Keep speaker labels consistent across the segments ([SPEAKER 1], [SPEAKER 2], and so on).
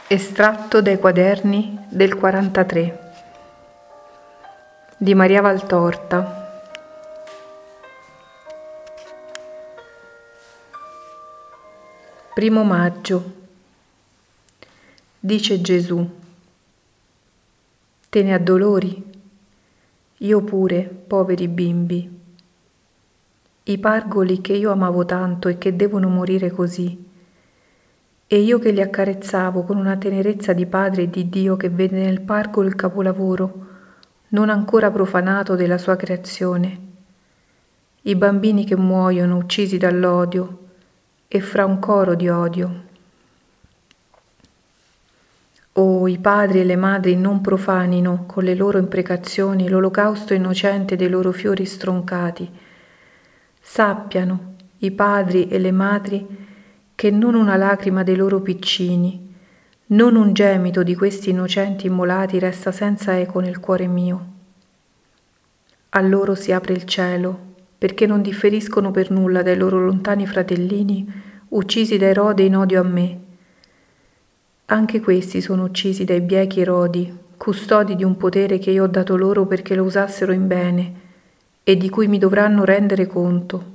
[SPEAKER 1] Estratto dai quaderni del 43 di Maria Valtorta. Primo maggio. Dice Gesù: te ne addolori? Io pure, poveri bimbi. I pargoli che io amavo tanto e che devono morire così. E io che li accarezzavo con una tenerezza di padre e di Dio che vede nel pargolo il capolavoro, non ancora profanato della sua creazione. I bambini che muoiono uccisi dall'odio e fra un coro di odio. Oh, i padri e le madri non profanino con le loro imprecazioni l'olocausto innocente dei loro fiori stroncati. Sappiano, i padri e le madri, che non una lacrima dei loro piccini, non un gemito di questi innocenti immolati resta senza eco nel cuore mio. A loro si apre il cielo, perché non differiscono per nulla dai loro lontani fratellini, uccisi da Erode in odio a me. Anche questi sono uccisi dai biechi Erodi, custodi di un potere che io ho dato loro perché lo usassero in bene e di cui mi dovranno rendere conto.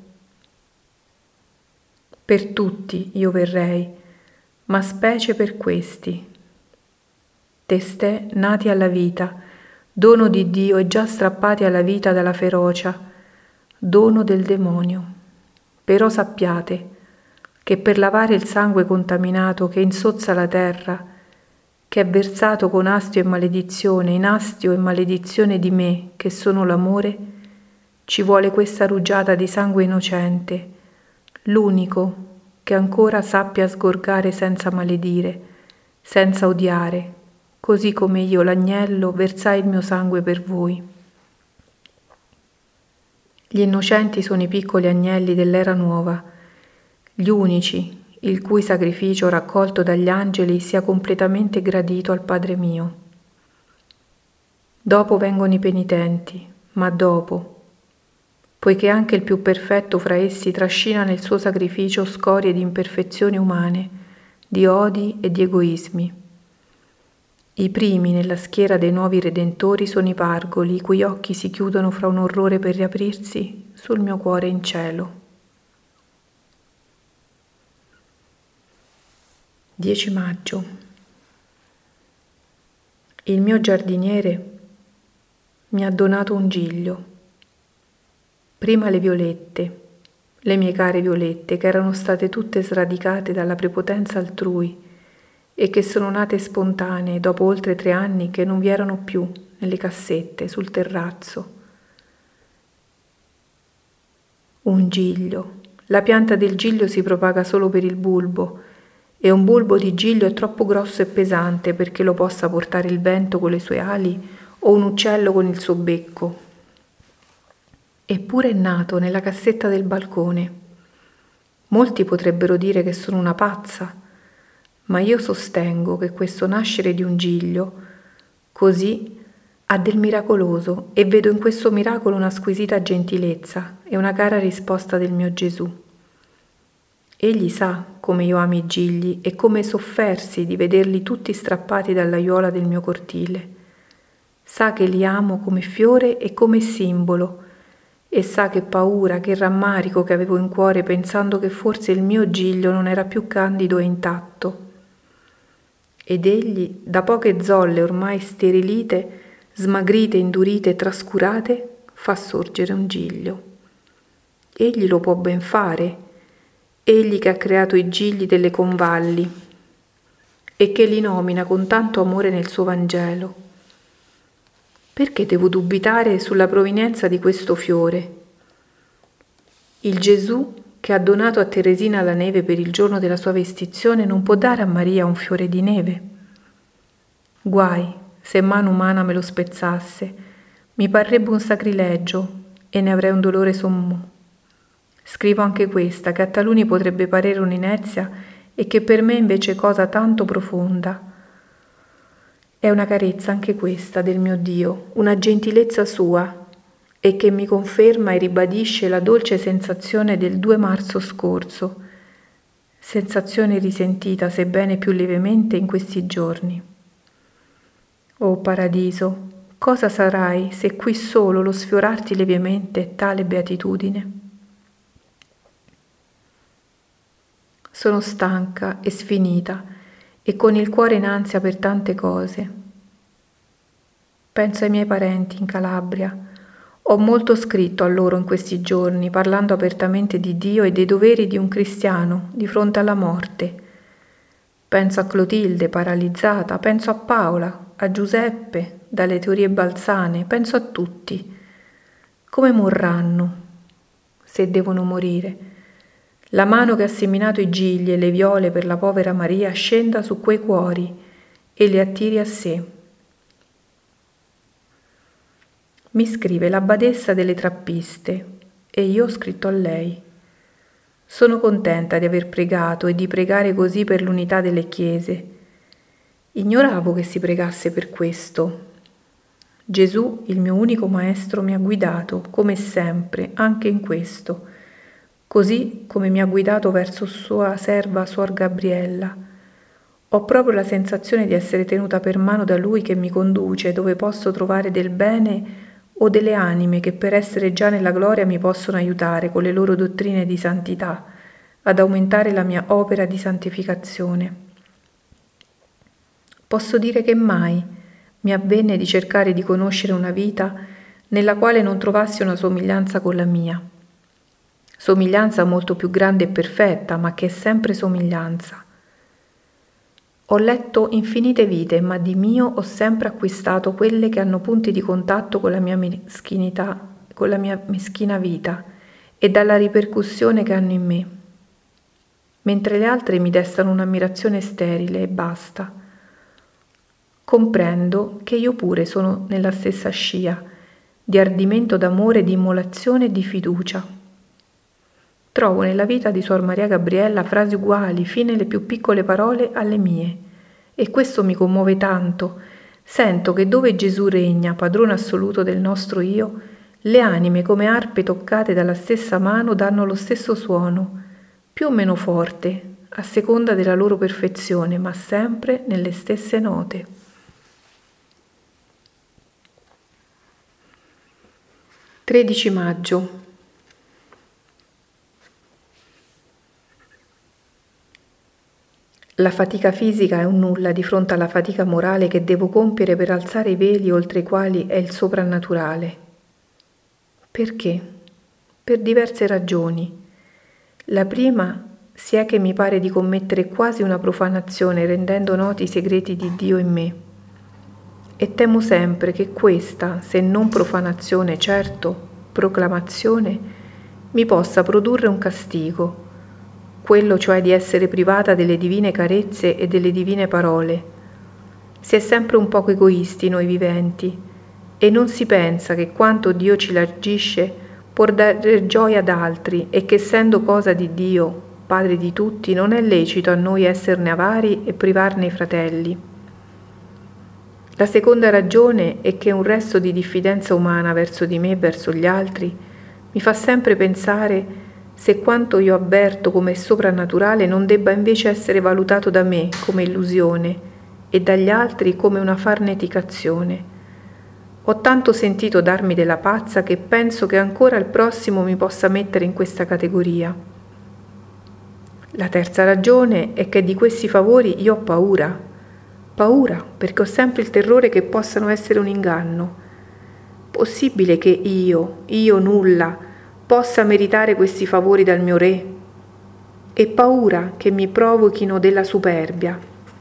[SPEAKER 1] Per tutti io verrei, ma specie per questi. Testè nati alla vita, dono di Dio e già strappati alla vita dalla ferocia, dono del demonio. Però sappiate che per lavare il sangue contaminato che insozza la terra, che è versato con astio e maledizione, in astio e maledizione di me, che sono l'amore, ci vuole questa rugiada di sangue innocente, l'unico che ancora sappia sgorgare senza maledire, senza odiare, così come io, l'agnello, versai il mio sangue per voi. Gli innocenti sono i piccoli agnelli dell'era nuova, gli unici, il cui sacrificio raccolto dagli angeli sia completamente gradito al Padre mio. Dopo vengono i penitenti, ma dopo, poiché anche il più perfetto fra essi trascina nel suo sacrificio scorie di imperfezioni umane, di odi e di egoismi. I primi nella schiera dei nuovi redentori sono i pargoli, i cui occhi si chiudono fra un orrore per riaprirsi sul mio cuore in cielo. 10 maggio. Il mio giardiniere mi ha donato un giglio. Prima le violette, le mie care violette, che erano state tutte sradicate dalla prepotenza altrui e che sono nate spontanee dopo oltre 3 anni che non vi erano più nelle cassette, sul terrazzo. Un giglio. La pianta del giglio si propaga solo per il bulbo e un bulbo di giglio è troppo grosso e pesante perché lo possa portare il vento con le sue ali o un uccello con il suo becco. Eppure è nato nella cassetta del balcone. Molti potrebbero dire che sono una pazza, ma io sostengo che questo nascere di un giglio, così, ha del miracoloso e vedo in questo miracolo una squisita gentilezza e una cara risposta del mio Gesù. Egli sa come io amo i gigli e come soffersi di vederli tutti strappati dall'aiuola del mio cortile. Sa che li amo come fiore e come simbolo, e sa che paura, che rammarico che avevo in cuore pensando che forse il mio giglio non era più candido e intatto. Ed egli, da poche zolle ormai sterilite, smagrite, indurite e trascurate, fa sorgere un giglio. Egli lo può ben fare, egli che ha creato i gigli delle convalli e che li nomina con tanto amore nel suo Vangelo. Perché devo dubitare sulla provenienza di questo fiore? Il Gesù che ha donato a Teresina la neve per il giorno della sua vestizione non può dare a Maria un fiore di neve? Guai se mano umana me lo spezzasse, mi parrebbe un sacrilegio e ne avrei un dolore sommo. Scrivo anche questa, che a taluni potrebbe parere un'inezia e che per me invece è cosa tanto profonda. È una carezza anche questa del mio Dio, una gentilezza sua, e che mi conferma e ribadisce la dolce sensazione del 2 marzo scorso. sensazione risentita sebbene più lievemente in questi giorni. O paradiso, cosa sarai se qui solo lo sfiorarti lievemente è tale beatitudine? Sono stanca e sfinita e con il cuore in ansia per tante cose. Penso ai miei parenti in Calabria. Ho molto scritto a loro in questi giorni, parlando apertamente di Dio e dei doveri di un cristiano di fronte alla morte. Penso a Clotilde paralizzata, penso a Paola, a Giuseppe, dalle teorie balzane, penso a tutti. Come morranno, se devono morire? La mano che ha seminato i gigli e le viole per la povera Maria scenda su quei cuori e li attiri a sé. Mi scrive la badessa delle trappiste e io ho scritto a lei. Sono contenta di aver pregato e di pregare così per l'unità delle chiese. Ignoravo che si pregasse per questo. Gesù, il mio unico maestro, mi ha guidato, come sempre, anche in questo, così come mi ha guidato verso sua serva Suor Gabriella. Ho proprio la sensazione di essere tenuta per mano da Lui che mi conduce dove posso trovare del bene o delle anime che per essere già nella gloria mi possono aiutare con le loro dottrine di santità ad aumentare la mia opera di santificazione. Posso dire che mai mi avvenne di cercare di conoscere una vita nella quale non trovassi una somiglianza con la mia. Somiglianza molto più grande e perfetta, ma che è sempre somiglianza. Ho letto infinite vite, ma di mio ho sempre acquistato quelle che hanno punti di contatto con la mia meschinità, con la mia meschina vita e dalla ripercussione che hanno in me, mentre le altre mi destano un'ammirazione sterile e basta. Comprendo che io pure sono nella stessa scia, di ardimento d'amore, di immolazione e di fiducia. Trovo nella vita di Suor Maria Gabriella frasi uguali, fine le più piccole parole alle mie, e questo mi commuove tanto. Sento che dove Gesù regna, padrone assoluto del nostro io, le anime come arpe toccate dalla stessa mano danno lo stesso suono, più o meno forte, a seconda della loro perfezione, ma sempre nelle stesse note. 13 maggio. La fatica fisica è un nulla di fronte alla fatica morale che devo compiere per alzare i veli oltre i quali è il soprannaturale. Perché? Per diverse ragioni. La prima sia che mi pare di commettere quasi una profanazione rendendo noti i segreti di Dio in me. E temo sempre che questa, se non profanazione, certo, proclamazione, mi possa produrre un castigo, quello cioè di essere privata delle divine carezze e delle divine parole. Si è sempre un poco egoisti noi viventi e non si pensa che quanto Dio ci largisce può dare gioia ad altri e che essendo cosa di Dio, Padre di tutti, non è lecito a noi esserne avari e privarne i fratelli. La seconda ragione è che un resto di diffidenza umana verso di me e verso gli altri mi fa sempre pensare se quanto io avverto come soprannaturale non debba invece essere valutato da me come illusione e dagli altri come una farneticazione. Ho tanto sentito darmi della pazza che penso che ancora il prossimo mi possa mettere in questa categoria. La terza ragione è che di questi favori io ho paura perché ho sempre il terrore che possano essere un inganno. Possibile che io nulla, possa meritare questi favori dal mio re? E paura che mi provochino della superbia.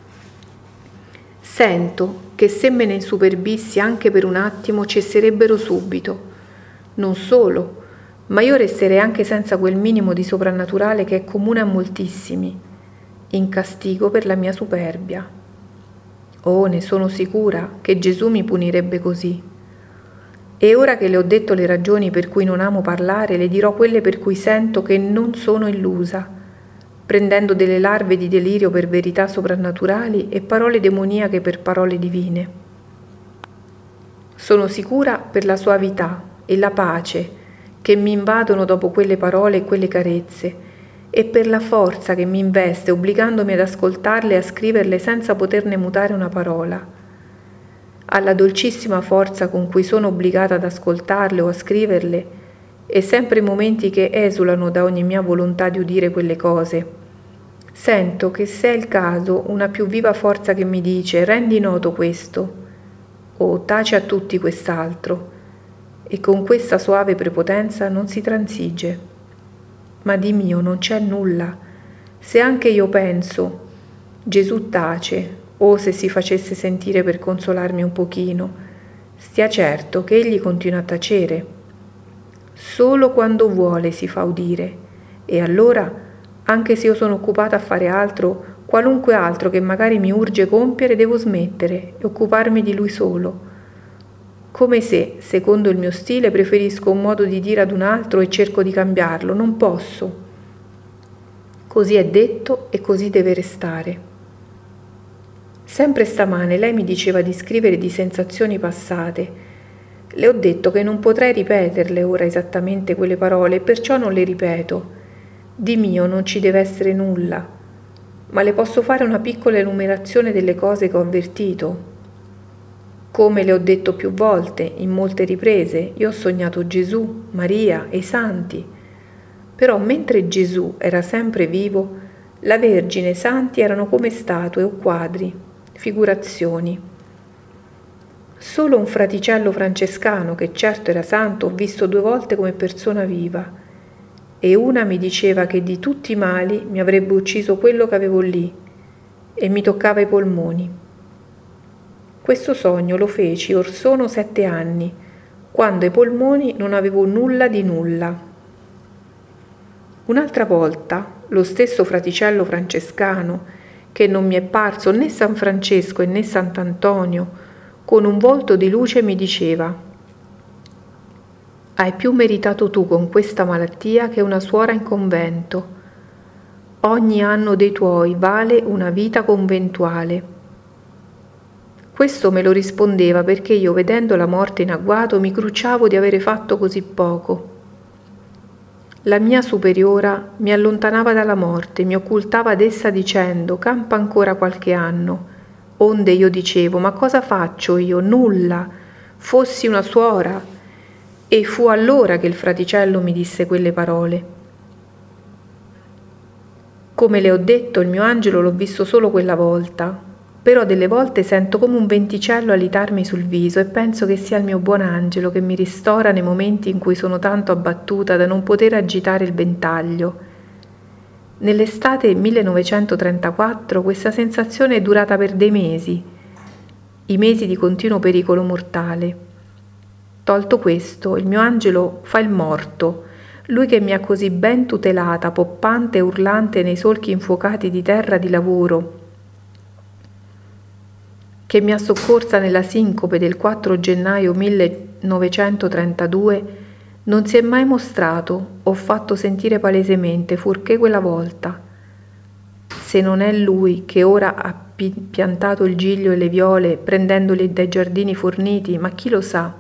[SPEAKER 1] Sento che se me ne insuperbissi anche per un attimo cesserebbero subito. Non solo, ma io resterei anche senza quel minimo di soprannaturale che è comune a moltissimi, in castigo per la mia superbia. Oh, ne sono sicura che Gesù mi punirebbe così. E ora che le ho detto le ragioni per cui non amo parlare, le dirò quelle per cui sento che non sono illusa, prendendo delle larve di delirio per verità soprannaturali e parole demoniache per parole divine. Sono sicura per la suavità e la pace che mi invadono dopo quelle parole e quelle carezze, e per la forza che mi investe obbligandomi ad ascoltarle e a scriverle senza poterne mutare una parola, alla dolcissima forza con cui sono obbligata ad ascoltarle o a scriverle, e sempre i momenti che esulano da ogni mia volontà di udire quelle cose. Sento che, se è il caso, una più viva forza che mi dice «rendi noto questo» o «taci a tutti quest'altro», e con questa soave prepotenza non si transige. Ma di mio non c'è nulla. Se anche io penso «Gesù tace», o se si facesse sentire per consolarmi un pochino, stia certo che egli continua a tacere. Solo quando vuole si fa udire, e allora, anche se io sono occupata a fare altro, qualunque altro che magari mi urge compiere, devo smettere e occuparmi di lui solo. Come se, secondo il mio stile, preferisco un modo di dire ad un altro e cerco di cambiarlo. Non posso. Così è detto e così deve restare. Sempre stamane lei mi diceva di scrivere di sensazioni passate. Le ho detto che non potrei ripeterle ora esattamente quelle parole e perciò non le ripeto. Di mio non ci deve essere nulla, ma le posso fare una piccola enumerazione delle cose che ho avvertito. Come le ho detto più volte, in molte riprese, io ho sognato Gesù, Maria e i santi. Però mentre Gesù era sempre vivo, la Vergine e i santi erano come statue o quadri, figurazioni. Solo un fraticello francescano, che certo era santo, ho visto 2 volte come persona viva, e una mi diceva che di tutti i mali mi avrebbe ucciso quello che avevo lì, e mi toccava i polmoni. Questo sogno lo feci or sono 7 anni, quando ai polmoni non avevo nulla di nulla. Un'altra volta, lo stesso fraticello francescano, che non mi è parso né San Francesco e né Sant'Antonio, con un volto di luce mi diceva: «Hai più meritato tu con questa malattia che una suora in convento. Ogni anno dei tuoi vale una vita conventuale». Questo me lo rispondeva perché io, vedendo la morte in agguato, mi crucciavo di avere fatto così poco. La mia superiora mi allontanava dalla morte, mi occultava ad essa dicendo: «Campa ancora qualche anno». Onde io dicevo: «Ma cosa faccio io? Nulla. Fossi una suora». E fu allora che il fraticello mi disse quelle parole. Come le ho detto, il mio angelo l'ho visto solo quella volta. Però delle volte sento come un venticello alitarmi sul viso e penso che sia il mio buon angelo che mi ristora nei momenti in cui sono tanto abbattuta da non poter agitare il ventaglio. Nell'estate 1934 questa sensazione è durata per dei mesi, i mesi di continuo pericolo mortale. Tolto questo, il mio angelo fa il morto, lui che mi ha così ben tutelata, poppante e urlante nei solchi infuocati di terra di lavoro, che mi ha soccorsa nella sincope del 4 gennaio 1932, non si è mai mostrato o fatto sentire palesemente, fuorché quella volta. Se non è lui che ora ha piantato il giglio e le viole, prendendoli dai giardini forniti, ma chi lo sa?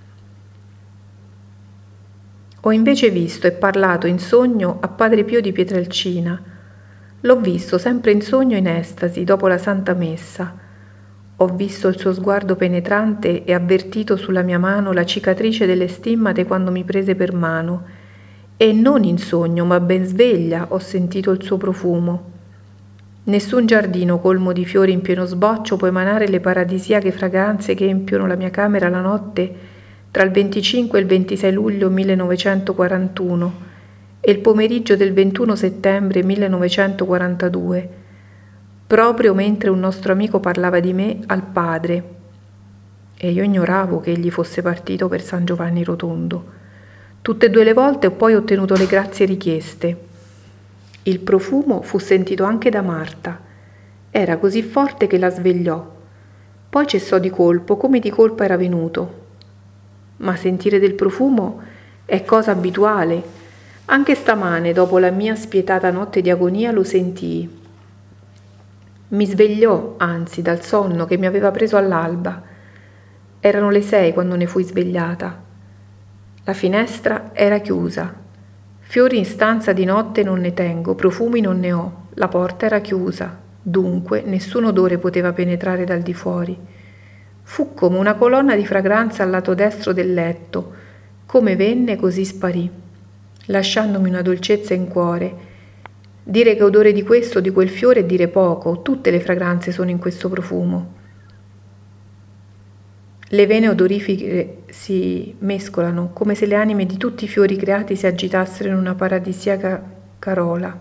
[SPEAKER 1] Ho invece visto e parlato in sogno a Padre Pio di Pietrelcina. L'ho visto sempre in sogno in estasi dopo la Santa Messa. Ho visto il suo sguardo penetrante e avvertito sulla mia mano la cicatrice delle stimmate quando mi prese per mano, e non in sogno, ma ben sveglia, ho sentito il suo profumo. Nessun giardino colmo di fiori in pieno sboccio può emanare le paradisiache fragranze che empiono la mia camera la notte tra il 25 e il 26 luglio 1941 e il pomeriggio del 21 settembre 1942, proprio mentre un nostro amico parlava di me al padre, e io ignoravo che egli fosse partito per San Giovanni Rotondo. Tutte e 2 le volte ho poi ottenuto le grazie richieste. Il profumo fu sentito anche da Marta. Era così forte che la svegliò. Poi cessò di colpo, come di colpa era venuto. Ma sentire del profumo è cosa abituale. Anche stamane, dopo la mia spietata notte di agonia, lo sentii. Mi svegliò, anzi, dal sonno che mi aveva preso all'alba. Erano le 6 quando ne fui svegliata. La finestra era chiusa. Fiori in stanza di notte non ne tengo, profumi non ne ho, la porta era chiusa, dunque nessun odore poteva penetrare dal di fuori. Fu come una colonna di fragranza al lato destro del letto, come venne così sparì, lasciandomi una dolcezza in cuore. Dire che odore di questo o di quel fiore è dire poco, tutte le fragranze sono in questo profumo. Le vene odorifere si mescolano, come se le anime di tutti i fiori creati si agitassero in una paradisiaca carola.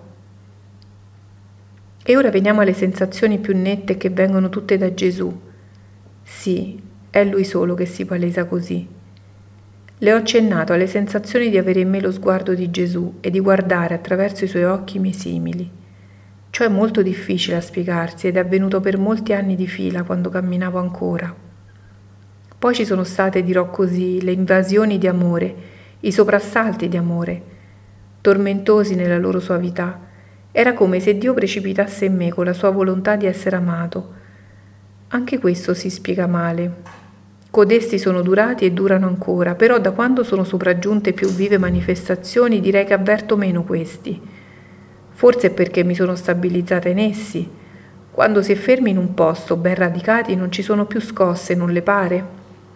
[SPEAKER 1] E ora veniamo alle sensazioni più nette che vengono tutte da Gesù. Sì, è Lui solo che si palesa così. Le ho accennato alle sensazioni di avere in me lo sguardo di Gesù e di guardare attraverso i suoi occhi i miei simili. Ciò è molto difficile a spiegarsi ed è avvenuto per molti anni di fila quando camminavo ancora. Poi ci sono state, dirò così, le invasioni di amore, i soprassalti di amore, tormentosi nella loro soavità. Era come se Dio precipitasse in me con la sua volontà di essere amato. Anche questo si spiega male. Codesti sono durati e durano ancora, però da quando sono sopraggiunte più vive manifestazioni direi che avverto meno questi. Forse è perché mi sono stabilizzata in essi. Quando si è fermi in un posto, ben radicati, non ci sono più scosse, non le pare?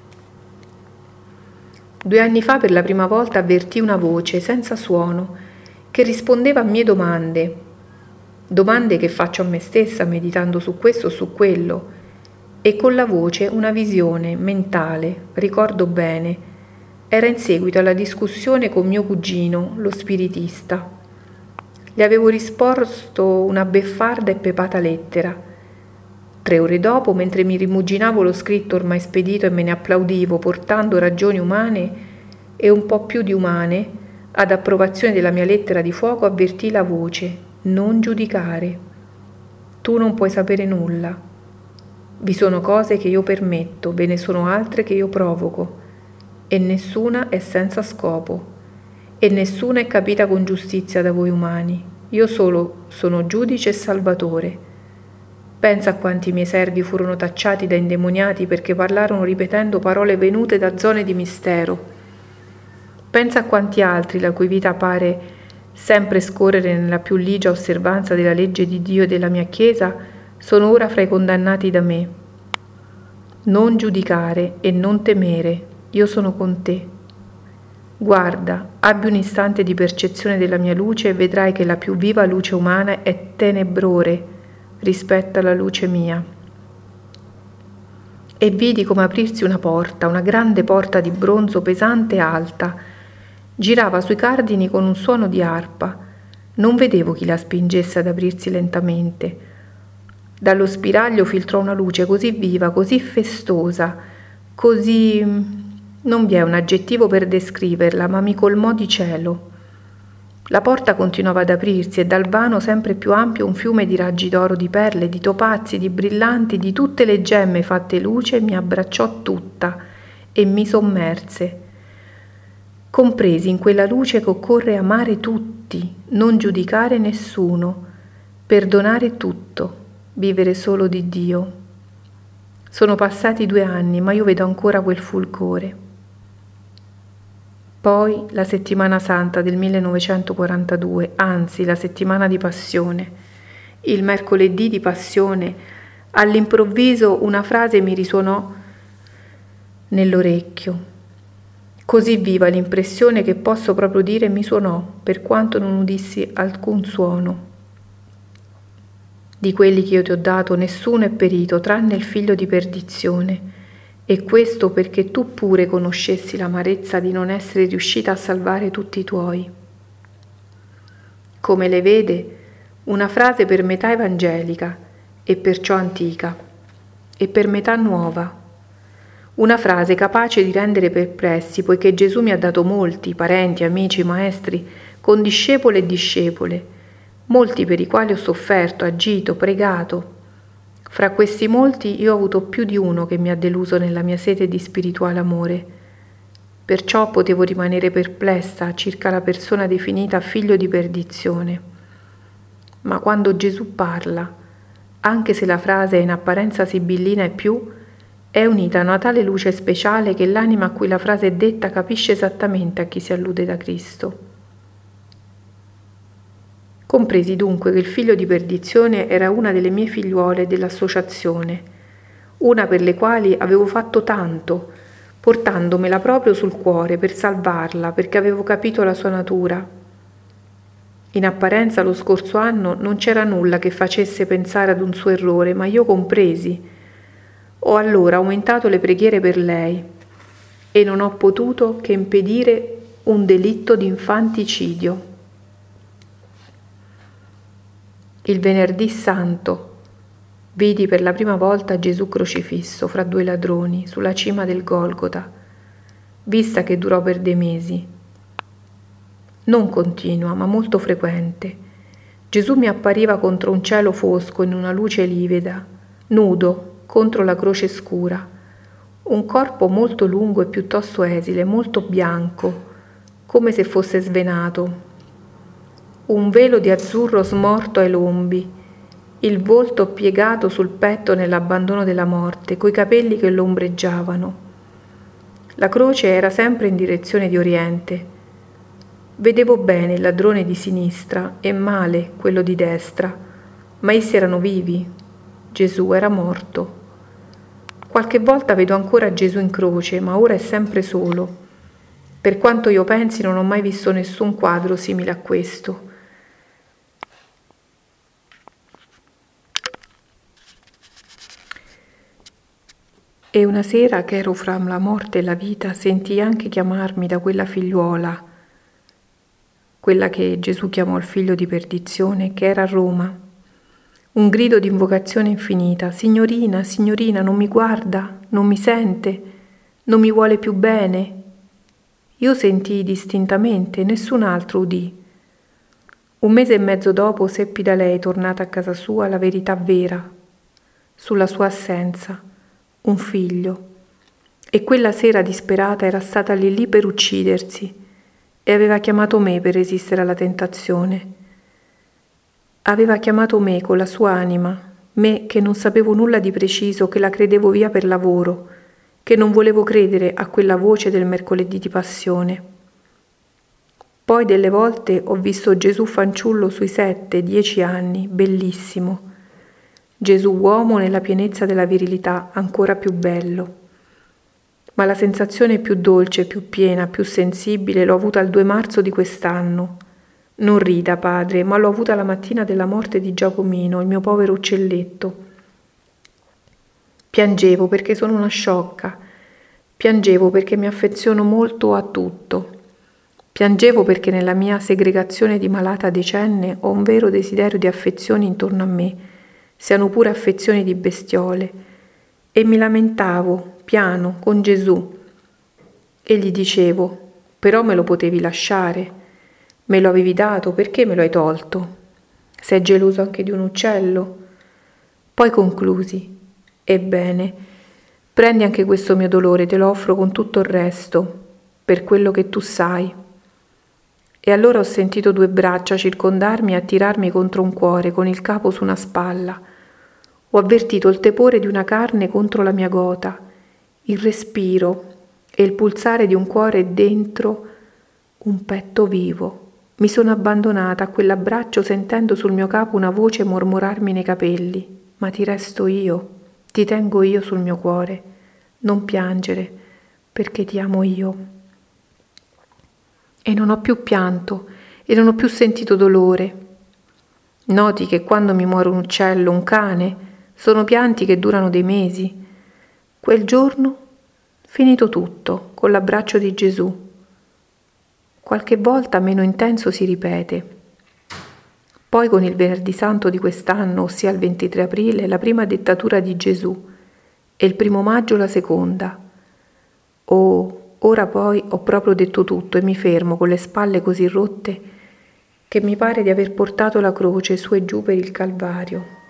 [SPEAKER 1] 2 anni fa per la prima volta avvertii una voce senza suono che rispondeva a mie domande che faccio a me stessa meditando su questo o su quello, e con la voce una visione mentale, ricordo bene, era in seguito alla discussione con mio cugino, lo spiritista. Gli avevo risposto una beffarda e pepata lettera. 3 ore dopo, mentre mi rimuginavo lo scritto ormai spedito e me ne applaudivo, portando ragioni umane e un po' più di umane, ad approvazione della mia lettera di fuoco, avvertii la voce: non giudicare. Tu non puoi sapere nulla. Vi sono cose che io permetto, ve ne sono altre che io provoco, e nessuna è senza scopo, e nessuna è capita con giustizia da voi umani. Io solo sono giudice e salvatore. Pensa a quanti miei servi furono tacciati da indemoniati perché parlarono ripetendo parole venute da zone di mistero. Pensa a quanti altri, la cui vita pare sempre scorrere nella più ligia osservanza della legge di Dio e della mia Chiesa, sono ora fra i condannati da me. Non giudicare e non temere, io sono con te. Guarda, abbi un istante di percezione della mia luce e vedrai che la più viva luce umana è tenebrore rispetto alla luce mia. E vidi come aprirsi una porta, una grande porta di bronzo pesante e alta. Girava sui cardini con un suono di arpa. Non vedevo chi la spingesse ad aprirsi lentamente. Dallo spiraglio filtrò una luce così viva, così festosa, così... non vi è un aggettivo per descriverla, ma mi colmò di cielo. La porta continuava ad aprirsi e dal vano sempre più ampio un fiume di raggi d'oro, di perle, di topazi, di brillanti, di tutte le gemme fatte luce mi abbracciò tutta e mi sommerse. Compresi in quella luce che occorre amare tutti, non giudicare nessuno, perdonare tutto, vivere solo di Dio. Sono passati 2 anni, ma io vedo ancora quel fulgore. Poi la settimana santa del 1942, anzi la settimana di Passione. Il mercoledì di Passione, all'improvviso una frase mi risuonò nell'orecchio. Così viva l'impressione che posso proprio dire mi suonò, per quanto non udissi alcun suono. Di quelli che io ti ho dato nessuno è perito, tranne il figlio di perdizione. E questo perché tu pure conoscessi l'amarezza di non essere riuscita a salvare tutti i tuoi. Come le vede, una frase per metà evangelica e perciò antica, e per metà nuova. Una frase capace di rendere perplessi, poiché Gesù mi ha dato molti, parenti, amici, maestri, con discepole e discepole, molti per i quali ho sofferto, agito, pregato. Fra questi molti io ho avuto più di uno che mi ha deluso nella mia sete di spirituale amore. Perciò potevo rimanere perplessa circa la persona definita figlio di perdizione. Ma quando Gesù parla, anche se la frase è in apparenza sibillina e più, è unita a una tale luce speciale che l'anima a cui la frase è detta capisce esattamente a chi si allude da Cristo. Compresi dunque che il figlio di perdizione era una delle mie figliuole dell'associazione, una per le quali avevo fatto tanto, portandomela proprio sul cuore per salvarla, perché avevo capito la sua natura. In apparenza lo scorso anno non c'era nulla che facesse pensare ad un suo errore, ma io compresi. Ho allora aumentato le preghiere per lei e non ho potuto che impedire un delitto di infanticidio. Il venerdì santo vidi per la prima volta Gesù crocifisso fra due ladroni sulla cima del Golgota, vista che durò per dei mesi. Non continua, ma molto frequente. Gesù mi appariva contro un cielo fosco in una luce livida, nudo, contro la croce scura. Un corpo molto lungo e piuttosto esile, molto bianco, come se fosse svenato. Un velo di azzurro smorto ai lombi, il volto piegato sul petto nell'abbandono della morte, coi capelli che lo ombreggiavano. La croce era sempre in direzione di oriente. Vedevo bene il ladrone di sinistra e male quello di destra, ma essi erano vivi. Gesù era morto. Qualche volta vedo ancora Gesù in croce, ma ora è sempre solo. Per quanto io pensi, non ho mai visto nessun quadro simile a questo. E una sera che ero fra la morte e la vita, sentii anche chiamarmi da quella figliuola, quella che Gesù chiamò il figlio di perdizione, che era a Roma. Un grido di invocazione infinita: Signorina, signorina, non mi guarda, non mi sente, non mi vuole più bene. Io sentii distintamente, nessun altro udì. Un mese e mezzo dopo seppi da lei, tornata a casa sua, la verità vera sulla sua assenza. Un figlio, e quella sera disperata era stata lì per uccidersi e aveva chiamato me per resistere alla tentazione. Aveva chiamato me con la sua anima, me che non sapevo nulla di preciso, che la credevo via per lavoro, che non volevo credere a quella voce del mercoledì di passione. Poi delle volte ho visto Gesù fanciullo sui 7-10 anni, bellissimo, Gesù uomo nella pienezza della virilità, ancora più bello. Ma la sensazione più dolce, più piena, più sensibile l'ho avuta il 2 marzo di quest'anno. Non rida, padre, ma l'ho avuta la mattina della morte di Giacomino, il mio povero uccelletto. Piangevo perché sono una sciocca. Piangevo perché mi affeziono molto a tutto. Piangevo perché nella mia segregazione di malata decenne ho un vero desiderio di affezioni intorno a me, siano pure affezioni di bestiole, e mi lamentavo, piano, con Gesù, e gli dicevo: però me lo potevi lasciare, me lo avevi dato, perché me lo hai tolto? Sei geloso anche di un uccello? Poi conclusi: ebbene, prendi anche questo mio dolore, te lo offro con tutto il resto, per quello che tu sai. E allora ho sentito 2 braccia circondarmi e attirarmi contro un cuore con il capo su una spalla. Ho avvertito il tepore di una carne contro la mia gota, il respiro e il pulsare di un cuore dentro un petto vivo. Mi sono abbandonata a quell'abbraccio sentendo sul mio capo una voce mormorarmi nei capelli: ma ti resto io, ti tengo io sul mio cuore, non piangere, perché ti amo io. E non ho più pianto e non ho più sentito dolore. Noti che quando mi muore un uccello, un cane, sono pianti che durano dei mesi. Quel giorno, finito tutto, con l'abbraccio di Gesù. Qualche volta meno intenso si ripete. Poi con il venerdì santo di quest'anno, ossia il 23 aprile, la prima dettatura di Gesù e il 1 maggio la seconda. Oh, ora poi ho proprio detto tutto e mi fermo con le spalle così rotte che mi pare di aver portato la croce su e giù per il Calvario.